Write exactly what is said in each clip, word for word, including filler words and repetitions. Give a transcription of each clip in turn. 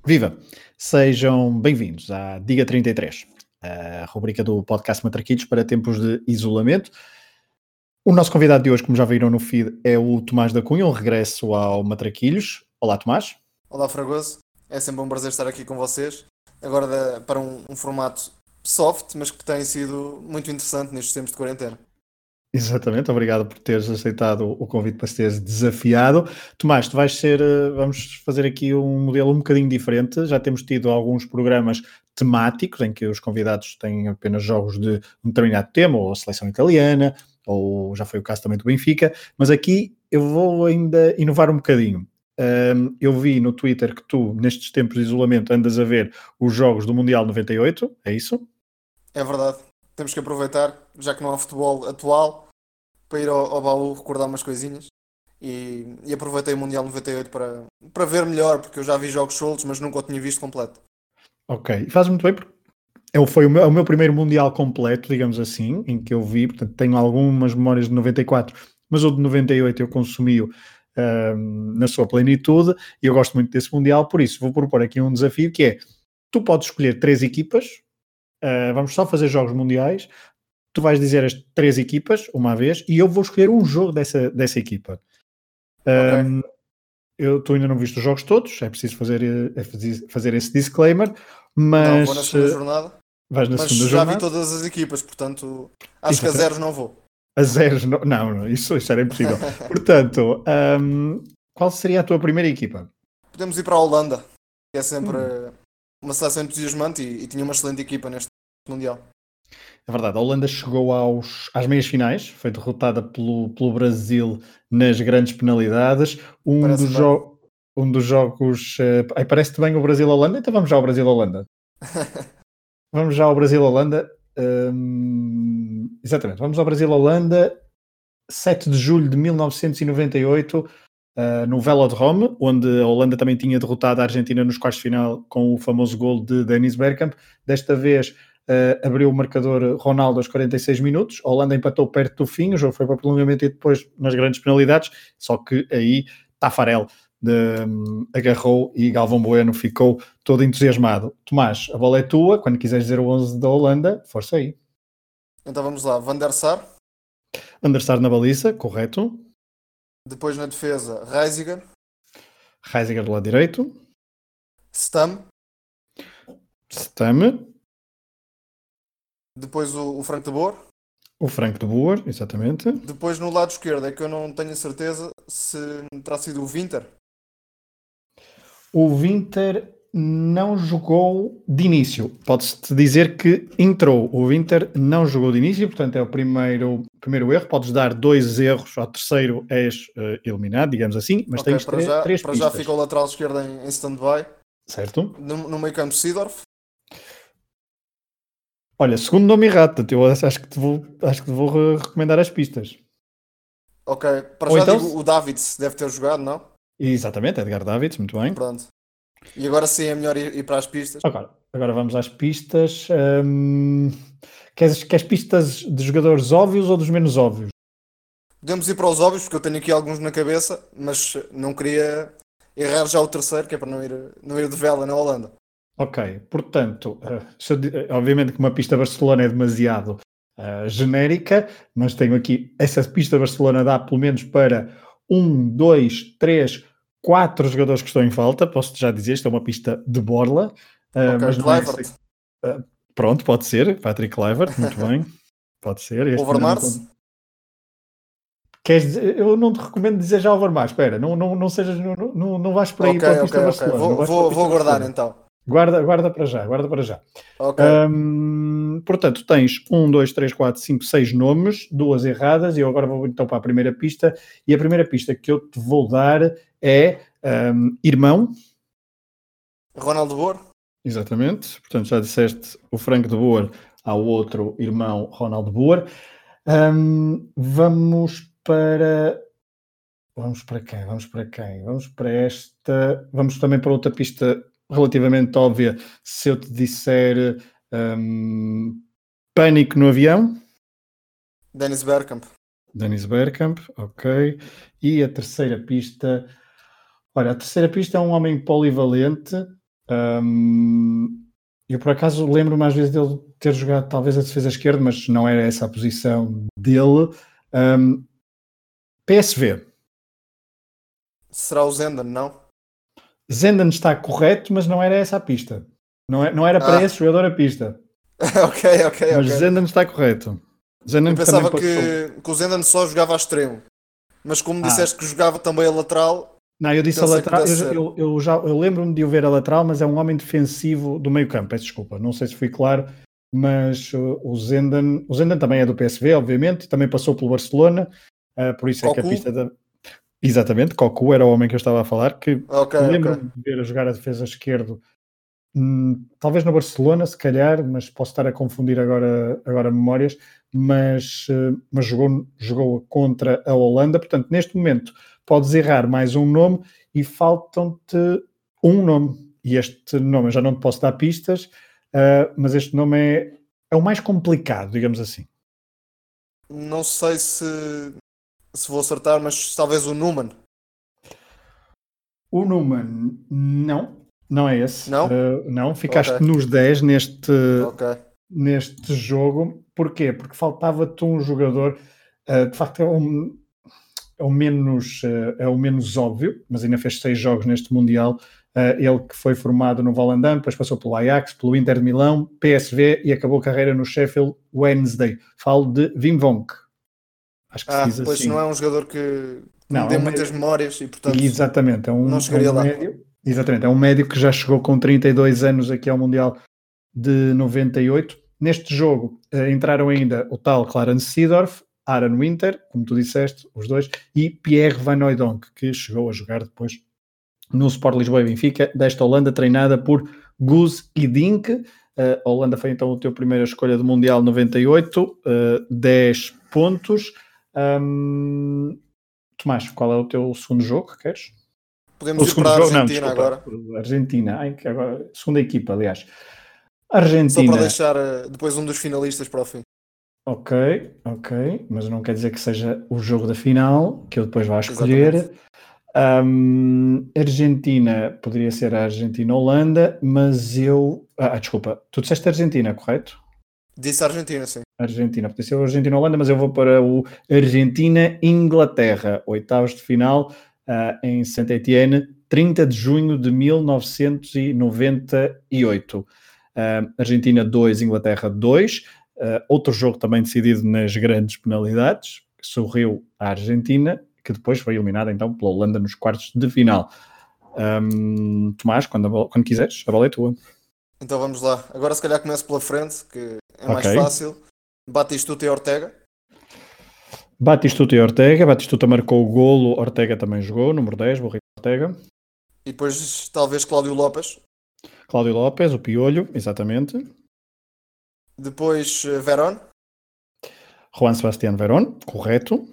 Viva! Sejam bem-vindos à Diga trinta e três, a rubrica do podcast Matraquilhos para tempos de isolamento. O nosso convidado de hoje, como já viram no feed, é o Tomás da Cunha, um regresso ao Matraquilhos. Olá, Tomás. Olá, Fragoso. É sempre um prazer estar aqui com vocês. Agora da- para um, um formato soft, mas que tem sido muito interessante nestes tempos de quarentena. Exatamente, obrigado por teres aceitado o convite para seres desafiado. Tomás, tu vais ser, eh, vamos fazer aqui um modelo um bocadinho diferente. Já temos tido alguns programas temáticos em que os convidados têm apenas jogos de um determinado tema, ou a seleção italiana, ou já foi o caso também do Benfica, mas aqui eu vou ainda inovar um bocadinho. Um, eu vi no Twitter que tu, nestes tempos de isolamento, andas a ver os jogos do Mundial noventa e oito, é isso? É verdade. Temos que aproveitar, já que não há futebol atual, para ir ao, ao baú recordar umas coisinhas. E, e aproveitei o Mundial noventa e oito para, para ver melhor, porque eu já vi jogos soltos, mas nunca o tinha visto completo. Ok, e faz muito bem porque eu, foi o meu, o meu primeiro Mundial completo, digamos assim, em que eu vi, portanto tenho algumas memórias de noventa e quatro, mas o de noventa e oito eu consumi-o ahm, na sua plenitude e eu gosto muito desse Mundial, por isso vou propor aqui um desafio que é, tu podes escolher três equipas, ah, vamos só fazer jogos mundiais, tu vais dizer as três equipas uma vez e eu vou escolher um jogo dessa, dessa equipa. Ok? Ahm, eu, tu ainda não viste os jogos todos, é preciso fazer, eh, é fazer fazer esse disclaimer, Não, vou na mas segunda eh, jornada, vais na mas segunda já vi jornada. todas as equipas, portanto acho que a Exatamente. zeros não vou. A zeros, não, não, não, isso, isso era impossível. Portanto, ahm, qual seria a tua primeira equipa? Podemos ir para a Holanda, que é sempre Hum, uma seleção entusiasmante e, e tinha uma excelente equipa neste Mundial. é verdade, a Holanda chegou aos, às meias finais, foi derrotada pelo, pelo Brasil nas grandes penalidades. Um dos, Parece-me bem. jo um dos jogos. eh, ai, parece-te bem o Brasil-Holanda? Então vamos já ao Brasil-Holanda. Vamos já ao Brasil-Holanda. Hum, exatamente, vamos ao Brasil-Holanda, sete de julho de mil novecentos e noventa e oito. Uh, no Velodrome, onde a Holanda também tinha derrotado a Argentina nos quartos de final com o famoso gol de Dennis Bergkamp. Desta vez uh, abriu o marcador Ronaldo aos quarenta e seis minutos. A Holanda empatou perto do fim, o jogo foi para prolongamento e depois nas grandes penalidades, só que aí Tafarel de, um, agarrou e Galvão Bueno ficou todo entusiasmado. Tomás, a bola é tua, quando quiseres dizer o onze da Holanda, força aí. Então vamos lá. Van der Sar. Van der Sar na baliza, correto. Depois na defesa, Reisiger. Reisiger do lado direito. Stam. Stame. Depois o, o Frank de Boer. O Frank de Boer, exatamente. Depois no lado esquerdo é que eu não tenho a certeza se terá sido o Winter. O Winter não jogou de início. Pode-se dizer que entrou. O Winter não jogou de início, portanto é o primeiro, primeiro erro. Podes dar dois erros, ao terceiro és uh, eliminado, digamos assim, mas Ok, tens para três, já, três para já pistas. fica o lateral esquerdo em, em stand-by. Certo? No, no meio campo, Seedorf. Olha, segundo nome errado, portanto, eu acho que te vou, acho que te vou re- recomendar as pistas. Ok, para Ou já então, digo o Davids, deve ter jogado, não? exatamente, Edgar Davids, muito bem. Pronto. E agora sim é melhor ir, ir para as pistas. Agora, agora vamos às pistas. Hum, queres, queres pistas de jogadores óbvios ou dos menos óbvios? Podemos ir para os óbvios, porque eu tenho aqui alguns na cabeça, mas não queria errar já o terceiro, que é para não ir, não ir de vela na Holanda. Ok, portanto, uh, se eu di- uh, obviamente que uma pista Barcelona é demasiado uh, genérica, mas tenho aqui, essa pista Barcelona dá pelo menos para um, dois, três, quatro jogadores que estão em falta, posso já dizer, isto é uma pista de borla, uh, Ok, mas não é assim. Kluivert. Uh, pronto, pode ser, Patrick Kluivert, muito bem, pode ser, este ainda não Overmars. conto. Queres dizer, eu não te recomendo dizer já Overmars, espera, não, não, não sejas, não, não, não vais para aí Ok, para a ok, pista ok. Barcelona, não Vou, vais para a vou, pista vou guardar Barcelona. então. Guarda, guarda para já, guarda para já. Ok. Hum, portanto, tens um, dois, três, quatro, cinco, seis nomes, duas erradas, e eu agora vou então para a primeira pista. E a primeira pista que eu te vou dar é hum, irmão, Ronaldo Boer. exatamente. Portanto, já disseste o Frank de Boer ao outro irmão Ronald Boer. Hum, vamos para. Vamos para quem? Vamos para quem? Vamos para esta. Vamos também para outra pista relativamente óbvia. Se eu te disser hum, pânico no avião, Dennis Bergkamp. Dennis Bergkamp, ok. E a terceira pista. Olha, a terceira pista é um homem polivalente. Um, eu por acaso lembro mais vezes dele ter jogado talvez a defesa esquerda, mas não era essa a posição dele. Um, P S V. Será o Zenden, não? Zenden está correto, mas não era essa a pista. Não, é, não era para Ah, esse jogador a pista. ok, ok, Mas ok. Zenden está correto. Zenden Eu que também pensava passou. que, que o Zenden só jogava a extremo. Mas como Ah, disseste que jogava também a lateral, não, eu disse a pensei que lateral. pudesse Eu, ser. eu, eu já eu lembro-me de o ver a lateral, mas é um homem defensivo do meio campo. Peço desculpa, não sei se fui claro, mas uh, o Zenden, o Zenden também é do P S V, obviamente, também passou pelo Barcelona, uh, por isso é que a Cocu? pista da. Exatamente, Cocu era o homem que eu estava a falar, que Ok, ok. lembro-me de ver a jogar a defesa esquerdo. Hum, talvez no Barcelona, se calhar, mas posso estar a confundir agora, agora memórias, mas, uh, mas jogou, jogou contra a Holanda, portanto, neste momento podes errar mais um nome e faltam-te um nome. E este nome eu já não te posso dar pistas, uh, mas este nome é, é o mais complicado, digamos assim. Não sei se, se vou acertar, mas talvez o Numan. O Numan, não, não é esse. Não? Uh, não, Ok, ficaste nos dez neste, ok. neste jogo. Porquê? Porque faltava-te um jogador, uh, de facto é um, é o menos, uh, é o menos óbvio, mas ainda fez seis jogos neste Mundial. Uh, ele que foi formado no Volendam, depois passou pelo Ajax, pelo Inter de Milão, P S V e acabou a carreira no Sheffield Wednesday. Falo de Wim Vonk. Acho que se Ah, diz pois não assim. é um jogador que, que me Não, é dê um muitas médio. memórias e, portanto, Exatamente, é não um, é um chegaria lá. médio. Exatamente, é um médio que já chegou com trinta e dois anos aqui ao Mundial de noventa e oito. Neste jogo uh, entraram ainda o tal Clarence Seedorf, Aaron Winter, como tu disseste, os dois, e Pierre Van Hooijdonk, que chegou a jogar depois no Sport Lisboa e Benfica, desta Holanda, treinada por Guus Hiddink. Uh, a Holanda foi então a tua primeira escolha do Mundial noventa e oito, uh, dez pontos. Um, Tomás, qual é o teu segundo jogo que queres? Podemos O ir segundo para a jogo, não, Argentina desculpa. agora, Argentina. Ai, que agora, segunda equipa, aliás. só para Argentina. deixar uh, depois um dos finalistas para o fim. Ok, ok. Mas não quer dizer que seja o jogo da final, que eu depois vá Exatamente. escolher. Um, Argentina, poderia ser a Argentina-Holanda, mas eu... Ah, desculpa. Tu disseste Argentina, correto? Disse a Argentina, sim. Argentina, podia ser a Argentina-Holanda, mas eu vou para o Argentina-Inglaterra, oitavos de final, uh, em Saint-Étienne, trinta de junho de mil novecentos e noventa e oito. Uh, Argentina dois, Inglaterra dois. Uh, outro jogo também decidido nas grandes penalidades, que sorriu a Argentina, que depois foi eliminada então pela Holanda nos quartos de final. Um, Tomás, quando, bola, quando quiseres, a bola é tua. Então vamos lá. Agora se calhar começo pela frente, que é mais Ok. fácil. Batistuta e Ortega. Batistuta e Ortega. Batistuta marcou o golo, Ortega também jogou, número dez, Burrito Ortega. E depois talvez Cláudio Lopes. Cláudio Lopes, o Piolho, exatamente. Depois Verón. Juan Sebastián Verón, correto.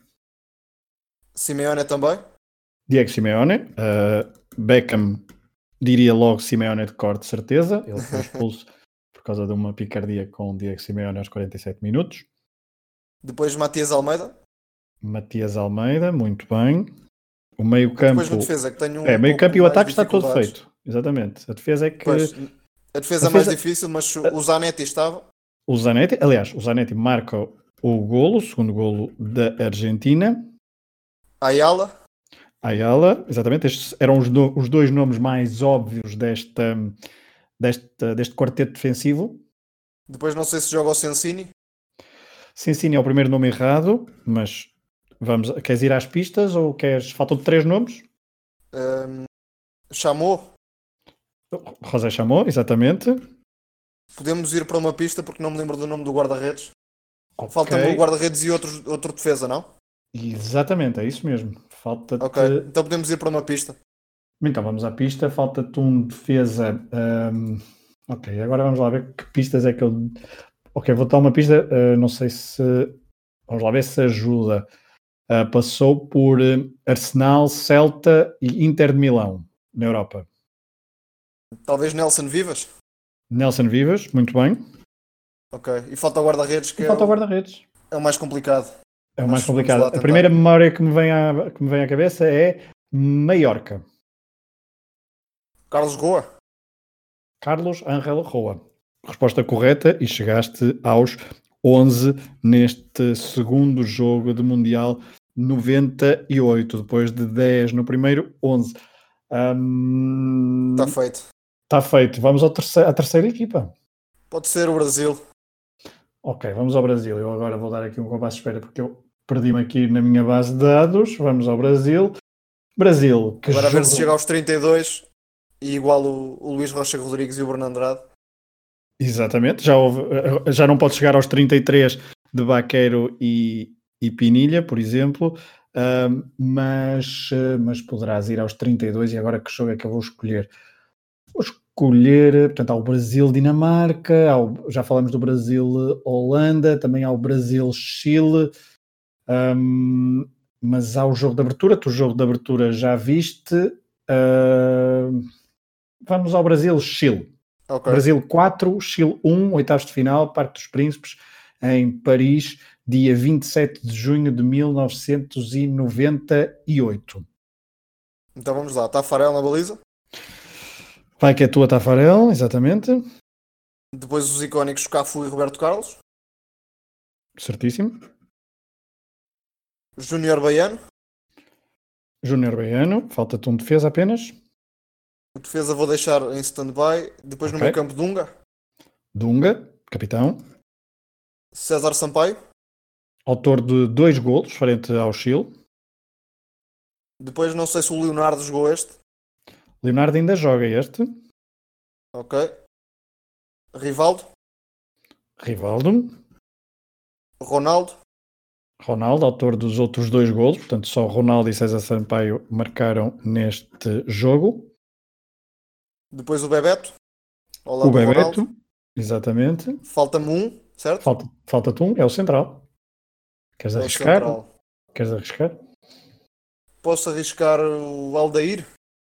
Simeone também. Diego Simeone. Uh, Beckham, diria logo Simeone de cor, de certeza. Ele foi expulso por causa de uma picardia com Diego Simeone aos quarenta e sete minutos. Depois Matias Almeida. Matias Almeida, muito bem. O meio E campo... depois na defesa, que tenho um É, meio pouco campo e o mais ataque está todo dificuldades. feito. Exatamente. A defesa é que... Pois, a defesa é mais difícil, mas o Zanetti estava. O Zanetti, aliás, o Zanetti marca o golo, o segundo golo da Argentina. Ayala. Ayala, exatamente. Estes eram os, do, os dois nomes mais óbvios desta, desta, deste quarteto defensivo. Depois não sei se joga o Sensini. Sensini é o primeiro nome errado, mas vamos, queres ir às pistas ou queres... Faltam três nomes? Um, chamou. José Chamou, exatamente. Podemos ir para uma pista porque não me lembro do nome do guarda-redes. Okay. Falta-me o guarda-redes e outro, outro defesa, não? Exatamente, é isso mesmo. Falta-te... Ok, então podemos ir para uma pista. Então vamos à pista. Falta-te um defesa... Um... Ok, agora vamos lá ver que pistas é que eu... Ok, vou dar uma pista, uh, não sei se... Vamos lá ver se ajuda. Uh, passou por uh, Arsenal, Celta e Inter de Milão, na Europa. Talvez Nelson Vivas? Nelson Vivas, muito bem. Ok, e falta o guarda-redes, que e é falta o o, guarda-redes. é o mais complicado. É o Mas mais complicado. lá A primeira memória que me, vem à, que me vem à cabeça é Maiorca. Carlos Goa? Carlos Ángel Roa. Resposta correta e chegaste aos onze neste segundo jogo de Mundial noventa e oito. Depois de dez no primeiro, onze. Um, Está feito. Está feito. Vamos ao terceiro, à terceira equipa. Pode ser o Brasil. Ok, vamos ao Brasil. Eu agora vou dar aqui um compasso de espera porque eu perdi-me aqui na minha base de dados. Vamos ao Brasil. Brasil. Que Agora a ver se jogo- chega aos trinta e dois e igual o, o Luís Rocha Rodrigues e o Bruno Andrade. Exatamente. Já, houve- já não pode chegar aos trinta e três de Baqueiro e, e Pinilha, por exemplo. Ahm, mas, eh, mas poderás ir aos trinta e dois e agora que jogo é que eu vou escolher? Vou escolher, portanto, há o Brasil-Dinamarca, há o- já falamos do Brasil-Holanda, também há o Brasil-Chile, ahm, mas há o jogo de abertura, tu o jogo de abertura já viste. Ahm, vamos ao Brasil-Chile. Ok. Brasil quatro, Chile um, oitavos de final, Parque dos Príncipes, em Paris, dia vinte e sete de junho de mil novecentos e noventa e oito. Então vamos lá. Tafarel na baliza. Vai que é a tua, Tafarel, exatamente. Depois os icónicos Cafu e Roberto Carlos. Certíssimo. Júnior Baiano. Júnior Baiano, falta-te um defesa apenas. O defesa vou deixar em stand-by. Depois no Ok. meu campo Dunga. Dunga, capitão, César Sampaio. autor de dois golos frente ao Chile. Depois não sei se o Leonardo jogou este. Leonardo ainda joga este. Ok. Rivaldo. Rivaldo. Ronaldo. Ronaldo, autor dos outros dois golos. Portanto, só Ronaldo e César Sampaio marcaram neste jogo. Depois o Bebeto. Ao O lado do Bebeto, Ronaldo. exatamente. Falta-me um, certo? Falta, falta-te um, é o central. Queres É o arriscar? central. Queres arriscar? Posso arriscar o Aldair?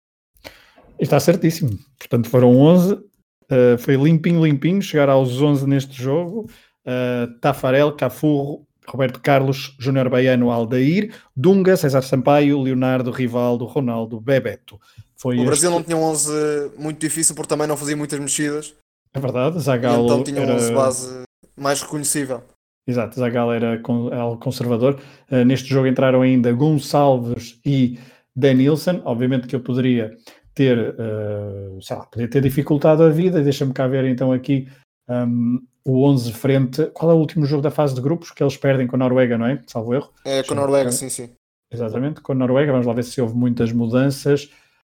E está certíssimo. Portanto, foram onze. Uh, foi limpinho, limpinho. Chegar aos onze neste jogo. Uh, Tafarel, Cafu, Roberto Carlos, Júnior Baiano, Aldair, Dunga, César Sampaio, Leonardo, Rivaldo, Ronaldo, Bebeto. Foi O este... Brasil não tinha um onze muito difícil porque também não fazia muitas mexidas. É verdade, E Zagallo então tinha um era... onze base mais reconhecível. Exato, Zagallo era con- algo conservador. Uh, neste jogo entraram ainda Gonçalves e Denilson. Obviamente que eu poderia ter, uh, sei lá, poderia ter dificultado a vida. Deixa-me cá ver então aqui um, o onze frente... Qual é o último jogo da fase de grupos? Que eles perdem com a Noruega, não é? Salvo erro. É com a Noruega, sim, sim. Exatamente, com a Noruega. Vamos lá ver se houve muitas mudanças.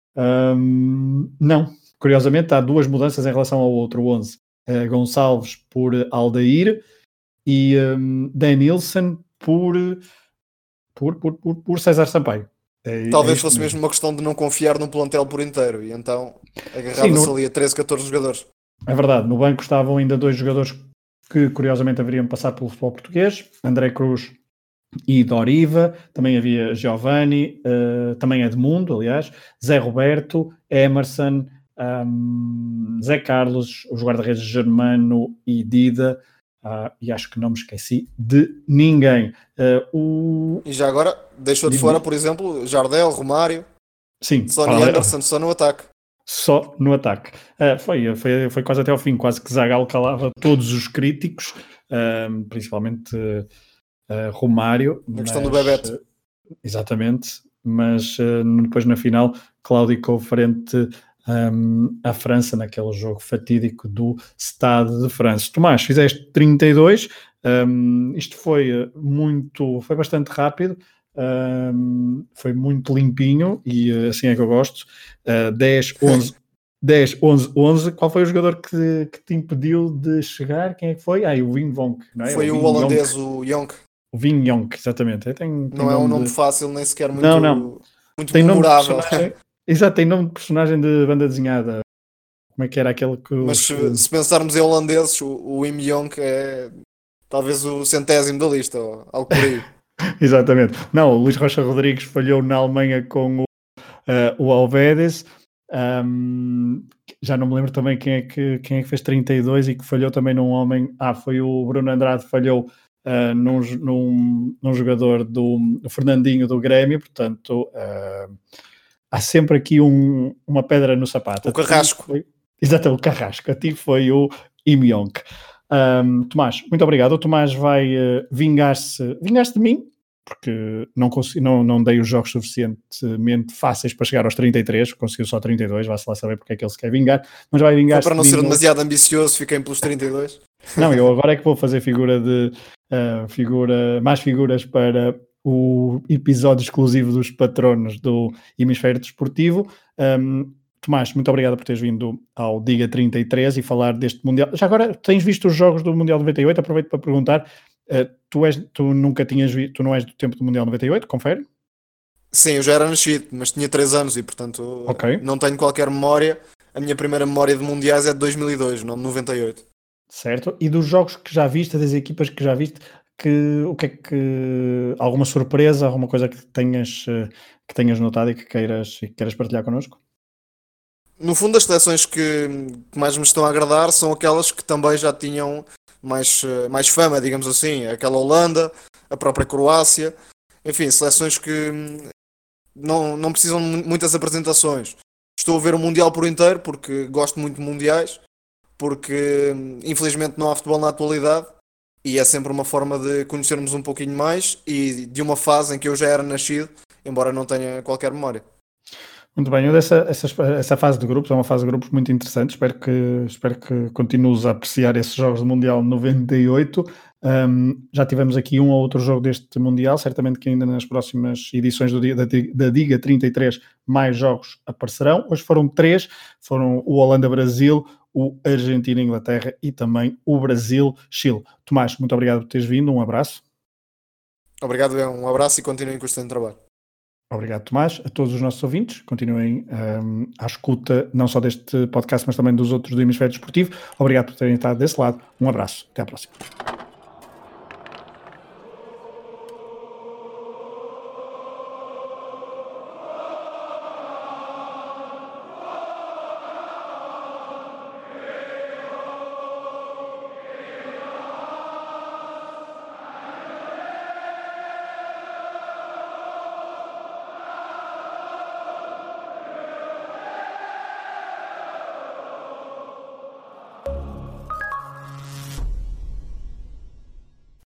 Um, não. Curiosamente, há duas mudanças em relação ao outro onze. Uh, Gonçalves por Aldair e um, Denilson por, por, por, por, por César Sampaio. É, Talvez é fosse mesmo uma questão de não confiar no plantel por inteiro. E então agarrava-se no... ali a treze, catorze jogadores. É verdade, no banco estavam ainda dois jogadores que curiosamente haveriam passado pelo futebol português, André Cruz e Doriva, também havia Giovanni, uh, também Edmundo, aliás, Zé Roberto, Emerson, um, Zé Carlos, os guarda-redes Germano e Dida, uh, e acho que não me esqueci de ninguém. Uh, o... E já agora, deixou de fora, por exemplo, Jardel, Romário, Sim, Sonny fala... Anderson, só no ataque. Só no ataque. Uh, foi, foi, foi quase até ao fim, quase que Zagallo calava todos os críticos, uh, principalmente uh, Romário. Na questão mas, do Bebeto. Uh, exatamente, mas uh, depois na final claudicou frente um, à França, naquele jogo fatídico do Stade de France. Tomás, fizeste trinta e dois, um, isto foi muito, foi bastante rápido. Um, foi muito limpinho e uh, assim é que eu gosto. uh, dez, onze, dez, onze, onze. Qual foi o jogador que, que te impediu de chegar? Quem é que foi? Ah, o Wim Vonk, não é? Foi o, o holandês, o Jonk. O Wim Jonk, exatamente. Tem, tem não é um nome de... fácil, nem sequer muito, não, não. muito tem memorável. Nome de Exato, tem nome de personagem de banda desenhada. Como é que era aquele que... Mas se, se pensarmos em holandeses, o, o Wim Jonk é talvez o centésimo da lista, ou algo por aí. Exatamente. Não, o Luís Rocha Rodrigues falhou na Alemanha com o, uh, o Alvedes. Um, já não me lembro também quem é, que, quem é que fez trinta e dois e que falhou também num homem. Ah, foi o Bruno Andrade, falhou uh, num, num, num jogador do, do Fernandinho do Grêmio. Portanto, uh, há sempre aqui um, uma pedra no sapato. O Carrasco. Foi, Exato, o Carrasco. A ti foi o Im Yonk. Um, Tomás, muito obrigado. O Tomás vai uh, vingar-se, vingar-se de mim, porque não, consegui, não, não dei os jogos suficientemente fáceis para chegar aos trinta e três, conseguiu só trinta e dois, vai-se lá saber porque é que ele se quer vingar, mas vai vingar-se. Foi para não de ser mim, demasiado ambicioso, fiquei pelos trinta e dois. Não, eu agora é que vou fazer figura de uh, figura, mais figuras para o episódio exclusivo dos patronos do Hemisfério Desportivo. Um, Tomás, muito obrigado por teres vindo ao Diga trinta e três e falar deste Mundial. Já agora, tens visto os jogos do Mundial noventa e oito? Aproveito para perguntar, uh, tu, és, tu nunca tinhas visto, tu não és do tempo do Mundial noventa e oito, confere? Sim, eu já era nascido, mas tinha três anos e, portanto, okay. não tenho qualquer memória. A minha primeira memória de Mundiais é de dois mil e dois, não de noventa e oito. Certo. E dos jogos que já viste, das equipas que já viste, que, o que é que... alguma surpresa, alguma coisa que tenhas, que tenhas notado e que queiras, que queiras partilhar connosco? No fundo, as seleções que, que mais me estão a agradar são aquelas que também já tinham mais, mais fama, digamos assim. Aquela Holanda, a própria Croácia. Enfim, seleções que não, não precisam de muitas apresentações. Estou a ver o Mundial por inteiro porque gosto muito de Mundiais, porque infelizmente não há futebol na atualidade e é sempre uma forma de conhecermos um pouquinho mais e de uma fase em que eu já era nascido, embora não tenha qualquer memória. Muito bem, eu dessa, essa, essa fase de grupos é uma fase de grupos muito interessante, espero que, espero que continues a apreciar esses jogos do Mundial noventa e oito. Um, já tivemos aqui um ou outro jogo deste Mundial, certamente que ainda nas próximas edições do dia, da, da Diga trinta e três mais jogos aparecerão. Hoje foram três, foram o Holanda-Brasil, o Argentina-Inglaterra e também o Brasil-Chile. Tomás, muito obrigado por teres vindo, um abraço. Obrigado, um abraço e continuem com o excelente trabalho. Obrigado, Tomás. A todos os nossos ouvintes, continuem um, à escuta não só deste podcast, mas também dos outros do Hemisfério Desportivo. Obrigado por terem estado desse lado. Um abraço. Até à próxima.